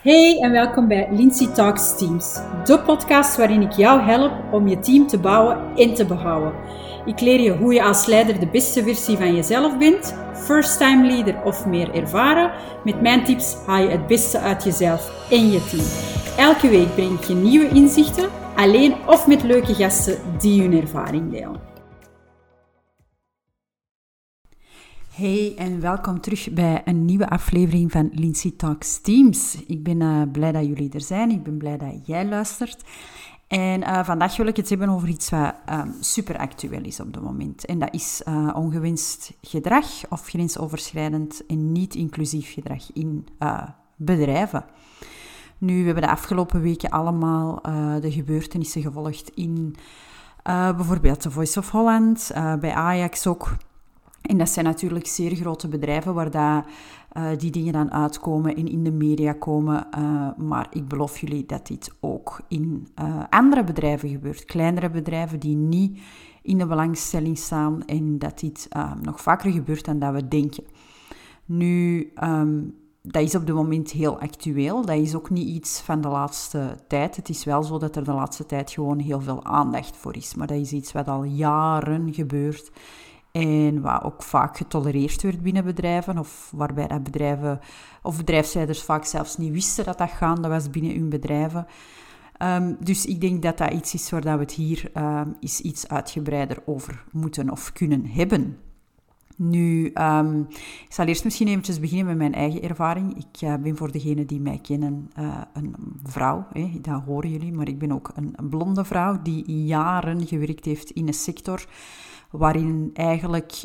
Hey en welkom bij Lindsay Talks Teams, de podcast waarin ik jou help om je team te bouwen en te behouden. Ik leer je hoe je als leider de beste versie van jezelf bent, first-time leader of meer ervaren. Met mijn tips haal je het beste uit jezelf en je team. Elke week breng ik je nieuwe inzichten, alleen of met leuke gasten die hun ervaring delen. Hey en welkom terug bij een nieuwe aflevering van Lindsay Talks Teams. Ik ben blij dat jullie er zijn, ik ben blij dat jij luistert. En vandaag wil ik het hebben over iets wat super actueel is op dit moment. En dat is ongewenst gedrag of grensoverschrijdend en niet inclusief gedrag in bedrijven. Nu, we hebben de afgelopen weken allemaal de gebeurtenissen gevolgd in bijvoorbeeld The Voice of Holland, bij Ajax ook. En dat zijn natuurlijk zeer grote bedrijven waar die dingen dan uitkomen en in de media komen. Maar ik beloof jullie dat dit ook in andere bedrijven gebeurt. Kleinere bedrijven die niet in de belangstelling staan. En dat dit nog vaker gebeurt dan dat we denken. Nu, dat is op dit moment heel actueel. Dat is ook niet iets van de laatste tijd. Het is wel zo dat er de laatste tijd gewoon heel veel aandacht voor is. Maar dat is iets wat al jaren gebeurt. En wat ook vaak getolereerd werd binnen bedrijven, of waarbij dat bedrijven of bedrijfsleiders vaak zelfs niet wisten dat dat gaande was binnen hun bedrijven. Dus ik denk dat dat iets is waar we het hier eens iets uitgebreider over moeten of kunnen hebben. Nu, ik zal eerst misschien eventjes beginnen met mijn eigen ervaring. Ik ben voor degenen die mij kennen een vrouw, dat horen jullie, maar ik ben ook een blonde vrouw die jaren gewerkt heeft in een sector waarin eigenlijk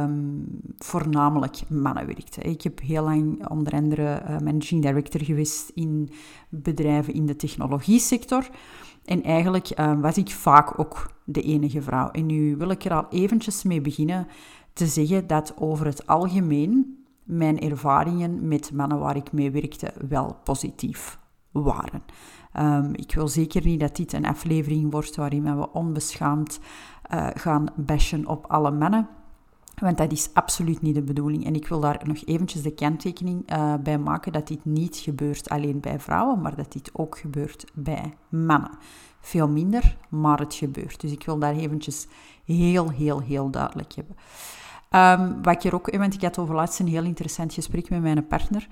voornamelijk mannen werkten. Ik heb heel lang onder andere managing director geweest in bedrijven in de technologiesector. En eigenlijk was ik vaak ook de enige vrouw. En nu wil ik er al eventjes mee beginnen te zeggen dat over het algemeen mijn ervaringen met mannen waar ik mee werkte wel positief waren. Ik wil zeker niet dat dit een aflevering wordt waarin we onbeschaamd gaan bashen op alle mannen. Want dat is absoluut niet de bedoeling. En ik wil daar nog eventjes de kanttekening bij maken dat dit niet gebeurt alleen bij vrouwen, maar dat dit ook gebeurt bij mannen. Veel minder, maar het gebeurt. Dus ik wil daar eventjes heel duidelijk hebben. Wat ik er ook, want ik had over laatst een heel interessant gesprek met mijn partner.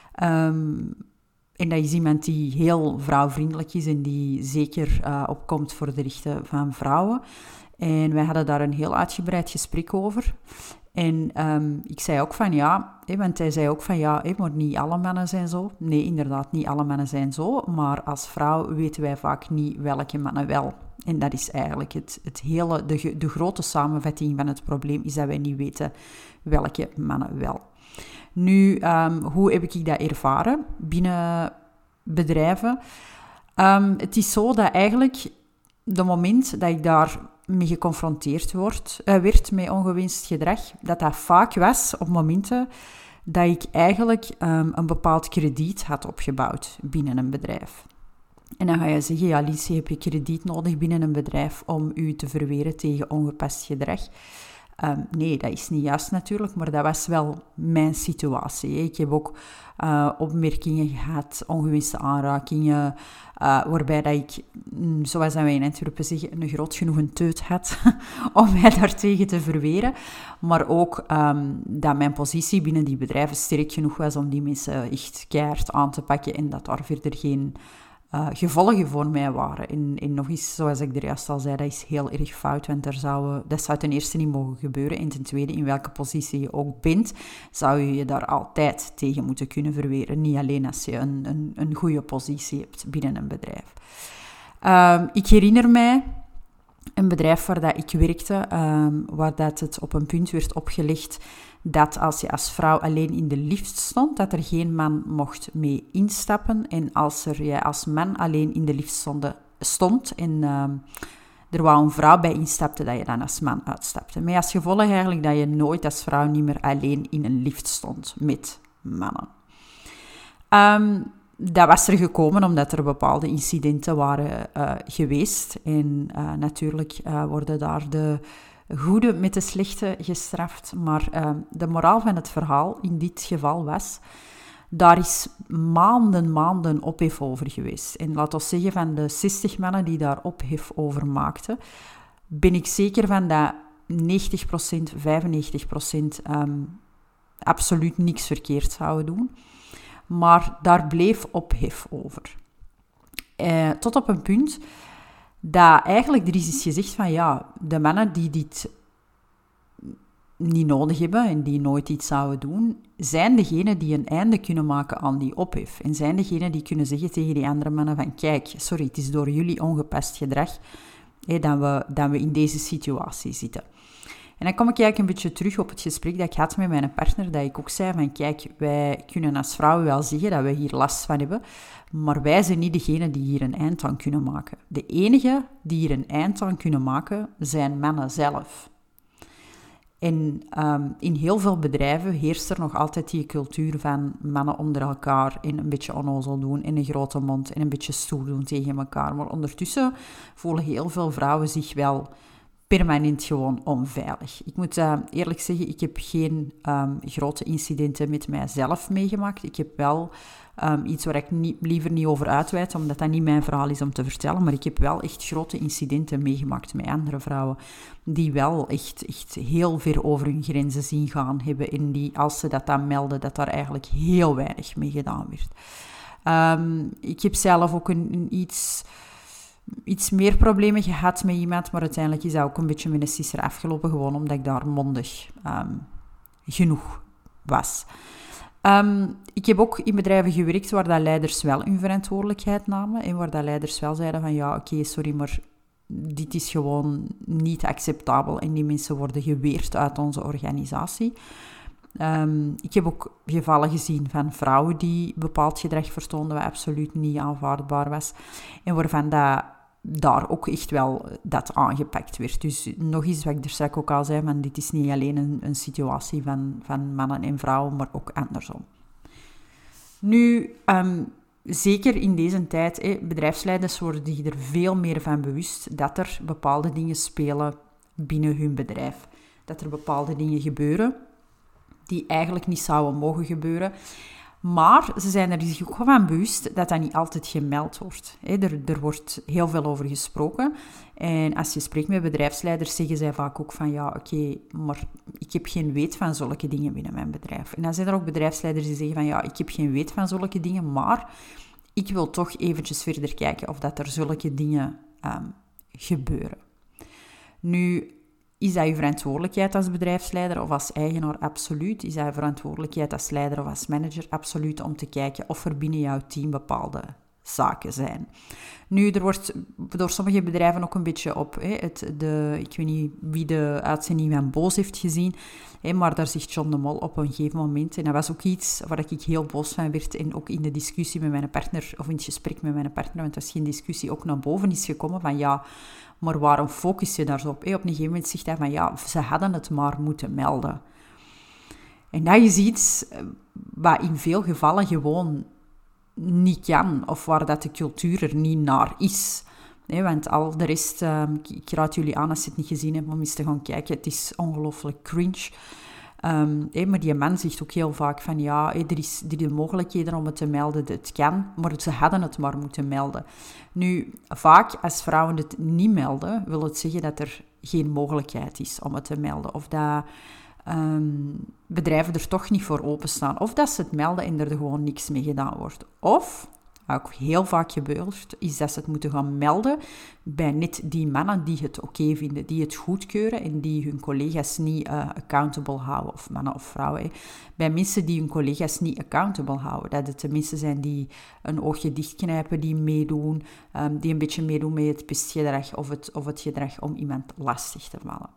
En dat is iemand die heel vrouwvriendelijk is en die zeker opkomt voor de rechten van vrouwen. En wij hadden daar een heel uitgebreid gesprek over. En ik zei ook van ja, want hij zei ook van ja, maar niet alle mannen zijn zo. Nee, inderdaad, niet alle mannen zijn zo. Maar als vrouw weten wij vaak niet welke mannen wel. En dat is eigenlijk de grote samenvatting van het probleem, is dat wij niet weten welke mannen wel. Nu, hoe heb ik dat ervaren binnen bedrijven? Het is zo dat eigenlijk de moment dat ik daar mee geconfronteerd werd met ongewenst gedrag, dat vaak was op momenten dat ik eigenlijk een bepaald krediet had opgebouwd binnen een bedrijf. En dan ga je zeggen, ja Lindsay, heb je krediet nodig binnen een bedrijf om u te verweren tegen ongepast gedrag? Nee, dat is niet juist natuurlijk, maar dat was wel mijn situatie. Ik heb ook opmerkingen gehad, ongewenste aanrakingen, waarbij dat ik, zoals wij in Antwerpen zeggen, een groot genoeg een teut had om mij daartegen te verweren. Maar ook dat mijn positie binnen die bedrijven sterk genoeg was om die mensen echt keihard aan te pakken en dat daar verder geen gevolgen voor mij waren. En nog eens, zoals ik er juist al zei, dat is heel erg fout, want dat zou ten eerste niet mogen gebeuren. En ten tweede, in welke positie je ook bent, zou je je daar altijd tegen moeten kunnen verweren. Niet alleen als je een goede positie hebt binnen een bedrijf. Ik herinner mij een bedrijf waar dat ik werkte, waar dat het op een punt werd opgelegd dat als je als vrouw alleen in de lift stond, dat er geen man mocht mee instappen. En als jij als man alleen in de lift stond en er wou een vrouw bij instapte, dat je dan als man uitstapte. Met als gevolg eigenlijk dat je nooit als vrouw niet meer alleen in een lift stond met mannen. Dat was er gekomen omdat er bepaalde incidenten waren geweest. En natuurlijk worden daar de goede met de slechte gestraft. Maar de moraal van het verhaal in dit geval was Daar is maanden ophef over geweest. En laat ons zeggen, van de 60 mannen die daar ophef over maakten, ben ik zeker van dat 90%, 95% absoluut niks verkeerd zouden doen. Maar daar bleef ophef over. Tot op een punt dat eigenlijk er is gezegd van ja, de mannen die dit niet nodig hebben en die nooit iets zouden doen, zijn degenen die een einde kunnen maken aan die ophef. En zijn degenen die kunnen zeggen tegen die andere mannen van kijk, sorry, het is door jullie ongepast gedrag dat we in deze situatie zitten. En dan kom ik eigenlijk een beetje terug op het gesprek dat ik had met mijn partner, dat ik ook zei van kijk, wij kunnen als vrouwen wel zeggen dat we hier last van hebben, maar wij zijn niet degene die hier een eind aan kunnen maken. De enige die hier een eind aan kunnen maken, zijn mannen zelf. En in heel veel bedrijven heerst er nog altijd die cultuur van mannen onder elkaar en een beetje onnozel doen en een grote mond en een beetje stoer doen tegen elkaar. Maar ondertussen voelen heel veel vrouwen zich wel permanent gewoon onveilig. Ik moet eerlijk zeggen, ik heb geen grote incidenten met mijzelf meegemaakt. Ik heb wel iets waar ik liever niet over uitweid, omdat dat niet mijn verhaal is om te vertellen, maar ik heb wel echt grote incidenten meegemaakt met andere vrouwen, die wel echt heel ver over hun grenzen zien gaan hebben en die, als ze dat dan melden, dat daar eigenlijk heel weinig mee gedaan werd. Ik heb zelf ook iets meer problemen gehad met iemand, maar uiteindelijk is dat ook een beetje met een sisser afgelopen, gewoon omdat ik daar mondig genoeg was. Ik heb ook in bedrijven gewerkt waar dat leiders wel hun verantwoordelijkheid namen en waar dat leiders wel zeiden van ja, oké, sorry, maar dit is gewoon niet acceptabel en die mensen worden geweerd uit onze organisatie. Ik heb ook gevallen gezien van vrouwen die bepaald gedrag vertoonden wat absoluut niet aanvaardbaar was en waarvan daar ook echt wel dat aangepakt werd. Dus nog eens wat ik er straks ook al zei, maar dit is niet alleen een situatie van mannen en vrouwen, maar ook andersom. Nu, zeker in deze tijd, bedrijfsleiders worden zich er veel meer van bewust dat er bepaalde dingen spelen binnen hun bedrijf. Dat er bepaalde dingen gebeuren die eigenlijk niet zouden mogen gebeuren. Maar ze zijn er zich ook van bewust dat dat niet altijd gemeld wordt. Er wordt heel veel over gesproken. En als je spreekt met bedrijfsleiders, zeggen zij vaak ook van ja, oké, maar ik heb geen weet van zulke dingen binnen mijn bedrijf. En dan zijn er ook bedrijfsleiders die zeggen van ja, ik heb geen weet van zulke dingen, maar ik wil toch eventjes verder kijken of dat er zulke dingen gebeuren. Nu, is dat je verantwoordelijkheid als bedrijfsleider of als eigenaar? Absoluut. Is dat je verantwoordelijkheid als leider of als manager? Absoluut, om te kijken of er binnen jouw team bepaalde zaken zijn. Nu, er wordt door sommige bedrijven ook een beetje op, ik weet niet wie de uitzending van Boos heeft gezien, maar daar zegt John de Mol op een gegeven moment, en dat was ook iets waar ik heel boos van werd, en ook in de discussie met mijn partner, of in het gesprek met mijn partner, want het was geen discussie, ook naar boven is gekomen van ja, maar waarom focus je daar zo op? Op een gegeven moment zegt hij van ja, ze hadden het maar moeten melden. En dat is iets wat in veel gevallen gewoon niet kan, of waar dat de cultuur er niet naar is. Want al de rest, ik raad jullie aan als je het niet gezien hebt, om eens te gaan kijken. Het is ongelooflijk cringe. Maar die man zegt ook heel vaak van ja, er is de mogelijkheden om het te melden, het kan, maar ze hadden het maar moeten melden. Nu, vaak als vrouwen het niet melden, wil het zeggen dat er geen mogelijkheid is om het te melden. Of dat bedrijven er toch niet voor openstaan. Of dat ze het melden en er gewoon niks mee gedaan wordt. Of, wat ook heel vaak gebeurt, is dat ze het moeten gaan melden bij net die mannen die het oké vinden, die het goedkeuren en die hun collega's niet accountable houden, of mannen of vrouwen. Bij mensen die hun collega's niet accountable houden. Dat het de mensen zijn die een oogje dichtknijpen, die meedoen, die een beetje meedoen met het pestgedrag of het gedrag om iemand lastig te vallen.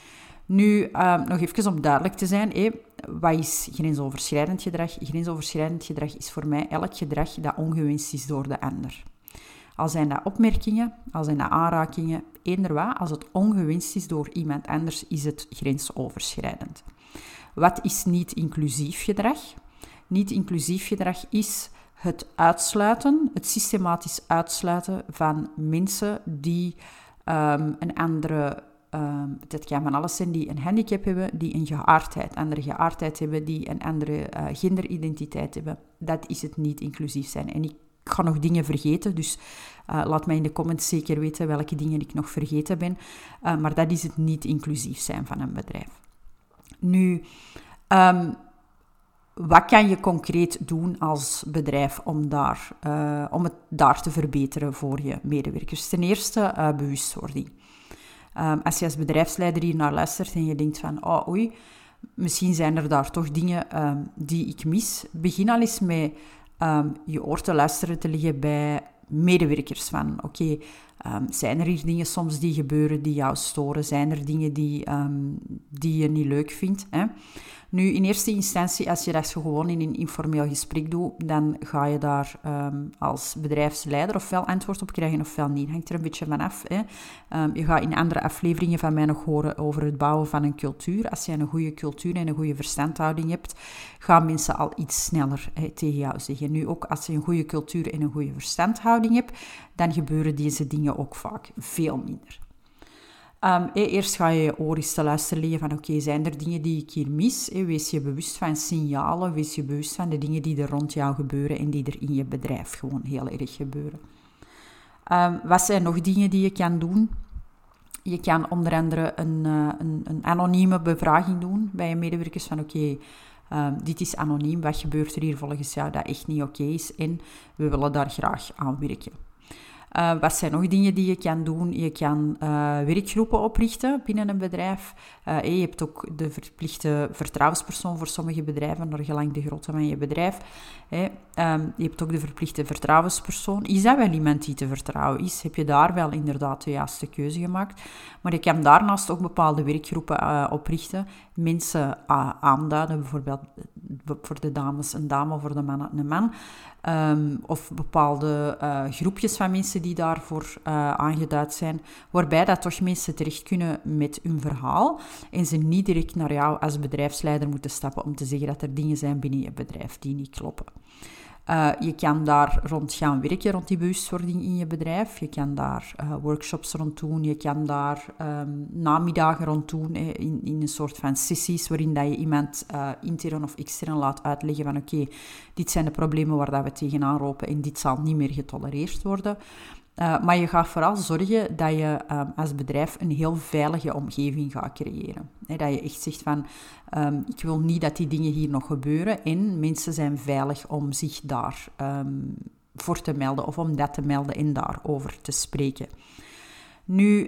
Nu, nog even om duidelijk te zijn, wat is grensoverschrijdend gedrag? Grensoverschrijdend gedrag is voor mij elk gedrag dat ongewenst is door de ander. Al zijn dat opmerkingen, al zijn dat aanrakingen, eender wat, als het ongewenst is door iemand anders, is het grensoverschrijdend. Wat is niet-inclusief gedrag? Niet-inclusief gedrag is het uitsluiten, het systematisch uitsluiten van mensen die een andere dat kan van alles zijn die een handicap hebben, die een geaardheid, andere geaardheid hebben, die een andere genderidentiteit hebben. Dat is het niet inclusief zijn. En ik ga nog dingen vergeten, dus laat mij in de comments zeker weten welke dingen ik nog vergeten ben. Maar dat is het niet inclusief zijn van een bedrijf. Nu, wat kan je concreet doen als bedrijf om het daar te verbeteren voor je medewerkers? Ten eerste bewustwording. Als je als bedrijfsleider hier naar luistert en je denkt van, oei, misschien zijn er daar toch dingen die ik mis. Begin al eens met je oor te luisteren te leggen bij medewerkers. Van oké, zijn er hier dingen soms die gebeuren die jou storen? Zijn er dingen die je niet leuk vindt? Hè? Nu, in eerste instantie, als je dat zo gewoon in een informeel gesprek doet, dan ga je daar als bedrijfsleider ofwel antwoord op krijgen ofwel niet. Hangt er een beetje van af. Hè? Je gaat in andere afleveringen van mij nog horen over het bouwen van een cultuur. Als je een goede cultuur en een goede verstandhouding hebt, gaan mensen al iets sneller tegen jou zeggen. Nu, ook als je een goede cultuur en een goede verstandhouding hebt, dan gebeuren deze dingen ook vaak veel minder. Eerst ga je je oor eens te luisteren leggen van oké, zijn er dingen die ik hier mis? Wees je bewust van signalen, wees je bewust van de dingen die er rond jou gebeuren en die er in je bedrijf gewoon heel erg gebeuren. Wat zijn nog dingen die je kan doen? Je kan onder andere een anonieme bevraging doen bij je medewerkers van oké, dit is anoniem, wat gebeurt er hier volgens jou dat echt niet oké is en we willen daar graag aan werken. Wat zijn nog dingen die je kan doen? Je kan werkgroepen oprichten binnen een bedrijf. Je hebt ook de verplichte vertrouwenspersoon voor sommige bedrijven, naar gelang de grootte van je bedrijf. Je hebt ook de verplichte vertrouwenspersoon. Is dat wel iemand die te vertrouwen is? Heb je daar wel inderdaad de juiste keuze gemaakt? Maar je kan daarnaast ook bepaalde werkgroepen oprichten. Mensen aanduiden, bijvoorbeeld voor de dames een dame, voor de mannen een man. Of bepaalde groepjes van mensen die daarvoor aangeduid zijn, waarbij dat toch mensen terecht kunnen met hun verhaal en ze niet direct naar jou als bedrijfsleider moeten stappen om te zeggen dat er dingen zijn binnen je bedrijf die niet kloppen. Je kan daar rond gaan werken, rond die bewustwording in je bedrijf. Je kan daar workshops rond doen. Je kan daar namiddagen rond doen, in een soort van sessies, waarin dat je iemand intern of extern laat uitleggen van oké, dit zijn de problemen waar dat we tegenaan lopen en dit zal niet meer getolereerd worden. Maar je gaat vooral zorgen dat je als bedrijf een heel veilige omgeving gaat creëren. Dat je echt zegt van, ik wil niet dat die dingen hier nog gebeuren en mensen zijn veilig om zich daar voor te melden of om dat te melden en daarover te spreken. Nu,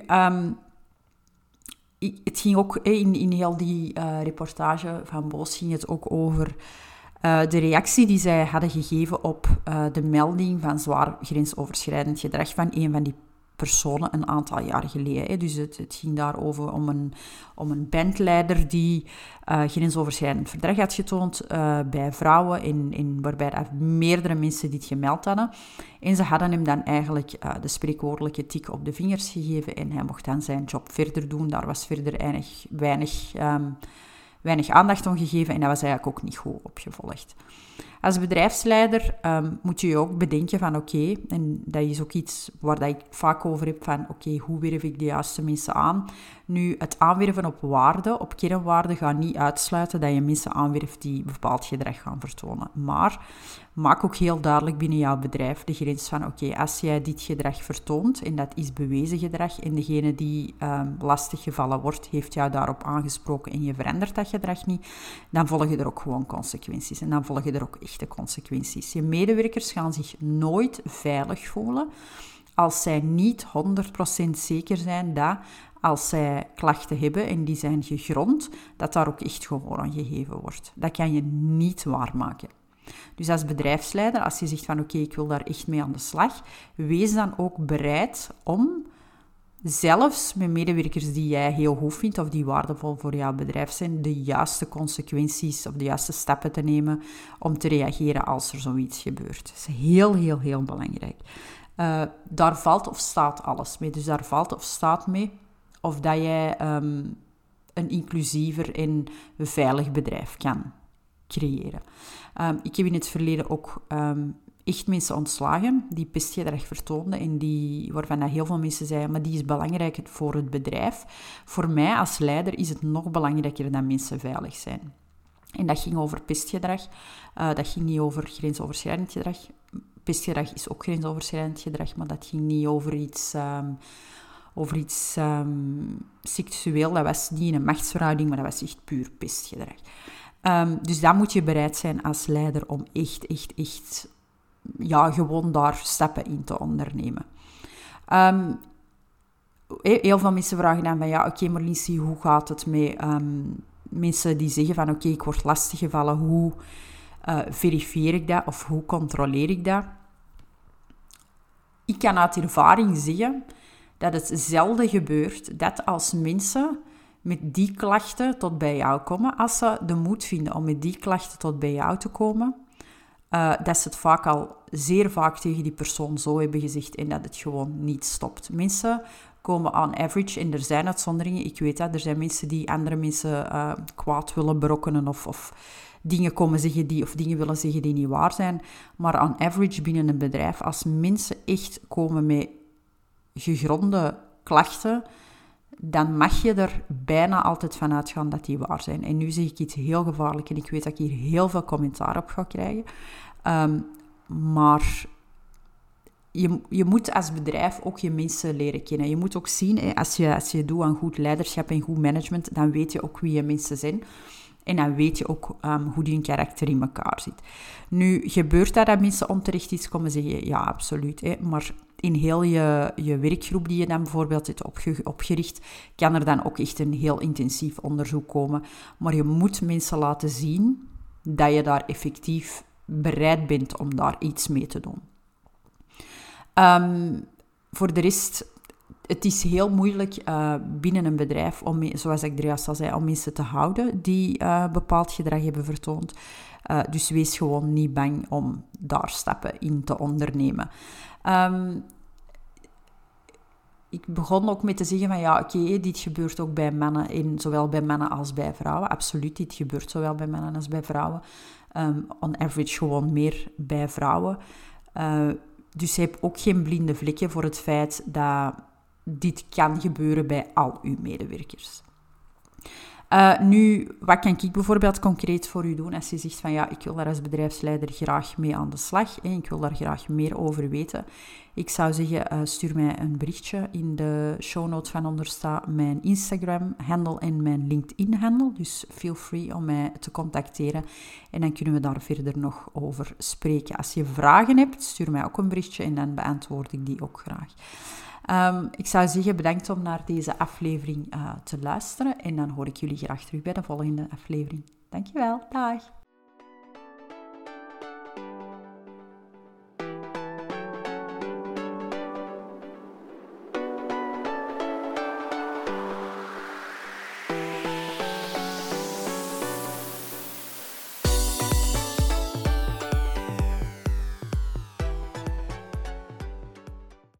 het ging ook in heel die reportage van Boos ging het ook over de reactie die zij hadden gegeven op de melding van zwaar grensoverschrijdend gedrag van een van die personen een aantal jaar geleden. Dus het ging daarover om een bandleider die grensoverschrijdend gedrag had getoond bij vrouwen en waarbij meerdere mensen dit gemeld hadden. En ze hadden hem dan eigenlijk de spreekwoordelijke tik op de vingers gegeven en hij mocht dan zijn job verder doen. Daar was verder weinig aandacht aan gegeven en dat was eigenlijk ook niet goed opgevolgd. Als bedrijfsleider moet je ook bedenken van oké, en dat is ook iets waar dat ik vaak over heb van oké, hoe werf ik de juiste mensen aan? Nu, het aanwerven op waarden, op kernwaarden, gaat niet uitsluiten dat je mensen aanwerft die bepaald gedrag gaan vertonen. Maar maak ook heel duidelijk binnen jouw bedrijf de grens van oké, als jij dit gedrag vertoont, en dat is bewezen gedrag, en degene die lastig gevallen wordt, heeft jou daarop aangesproken en je verandert dat gedrag niet, dan volgen er ook gewoon consequenties. En dan volgen er ook echte consequenties. Je medewerkers gaan zich nooit veilig voelen als zij niet 100% zeker zijn dat als zij klachten hebben en die zijn gegrond, dat daar ook echt gewoon aan gegeven wordt. Dat kan je niet waarmaken. Dus als bedrijfsleider, als je zegt van oké, ik wil daar echt mee aan de slag, wees dan ook bereid om zelfs met medewerkers die jij heel goed vindt of die waardevol voor jouw bedrijf zijn, de juiste consequenties of de juiste stappen te nemen om te reageren als er zoiets gebeurt. Dat is heel, heel, heel belangrijk. Daar valt of staat alles mee. Dus daar valt of staat mee of dat jij een inclusiever en veilig bedrijf kan creëren. Ik heb in het verleden ook echt mensen ontslagen die pestgedrag vertoonden en waarvan dat heel veel mensen zeiden, maar die is belangrijk voor het bedrijf. Voor mij als leider is het nog belangrijker dat mensen veilig zijn. En dat ging over pestgedrag. Dat ging niet over grensoverschrijdend gedrag. Pestgedrag is ook grensoverschrijdend gedrag, maar dat ging niet over iets seksueel. Dat was niet een machtsverhouding, maar dat was echt puur pestgedrag. Dus dan moet je bereid zijn als leider om echt gewoon daar stappen in te ondernemen. Heel veel mensen vragen dan van, oké, maar Lindsay, hoe gaat het met mensen die zeggen van, oké, ik word lastiggevallen, hoe verifieer ik dat of hoe controleer ik dat? Ik kan uit ervaring zeggen dat het zelden gebeurt dat als mensen met die klachten tot bij jou komen, als ze de moed vinden om met die klachten tot bij jou te komen, dat ze het zeer vaak tegen die persoon zo hebben gezegd en dat het gewoon niet stopt. Mensen komen on average, en er zijn uitzonderingen, ik weet dat, er zijn mensen die andere mensen kwaad willen berokkenen of dingen komen zeggen of dingen willen zeggen die niet waar zijn, maar on average binnen een bedrijf, als mensen echt komen met gegronde klachten, dan mag je er bijna altijd van uitgaan dat die waar zijn. En nu zeg ik iets heel gevaarlijk en ik weet dat ik hier heel veel commentaar op ga krijgen. Maar je moet als bedrijf ook je mensen leren kennen. Je moet ook zien, als je doet aan goed leiderschap en goed management, dan weet je ook wie je mensen zijn. En dan weet je ook hoe die hun karakter in elkaar zit. Nu, gebeurt dat mensen onterecht iets komen zeggen? Ja, absoluut. Maar in heel je werkgroep die je dan bijvoorbeeld hebt opgericht, kan er dan ook echt een heel intensief onderzoek komen. Maar je moet mensen laten zien dat je daar effectief bereid bent om daar iets mee te doen. Voor de rest, het is heel moeilijk binnen een bedrijf, zoals ik er juist al zei, om mensen te houden die bepaald gedrag hebben vertoond. Dus wees gewoon niet bang om daar stappen in te ondernemen. Ik begon ook met te zeggen van oké, dit gebeurt ook bij mannen, en zowel bij mannen als bij vrouwen. Absoluut, dit gebeurt zowel bij mannen als bij vrouwen. On average gewoon meer bij vrouwen. Dus heb ook geen blinde vlekken voor het feit dat dit kan gebeuren bij al uw medewerkers. Nu, wat kan ik bijvoorbeeld concreet voor u doen als je zegt van ik wil daar als bedrijfsleider graag mee aan de slag en ik wil daar graag meer over weten. Ik zou zeggen, stuur mij een berichtje. In de show notes van onder staat mijn Instagram-handle en mijn LinkedIn-handle. Dus feel free om mij te contacteren en dan kunnen we daar verder nog over spreken. Als je vragen hebt, stuur mij ook een berichtje en dan beantwoord ik die ook graag. Ik zou zeggen, bedankt om naar deze aflevering te luisteren. En dan hoor ik jullie graag terug bij de volgende aflevering. Dankjewel, dag!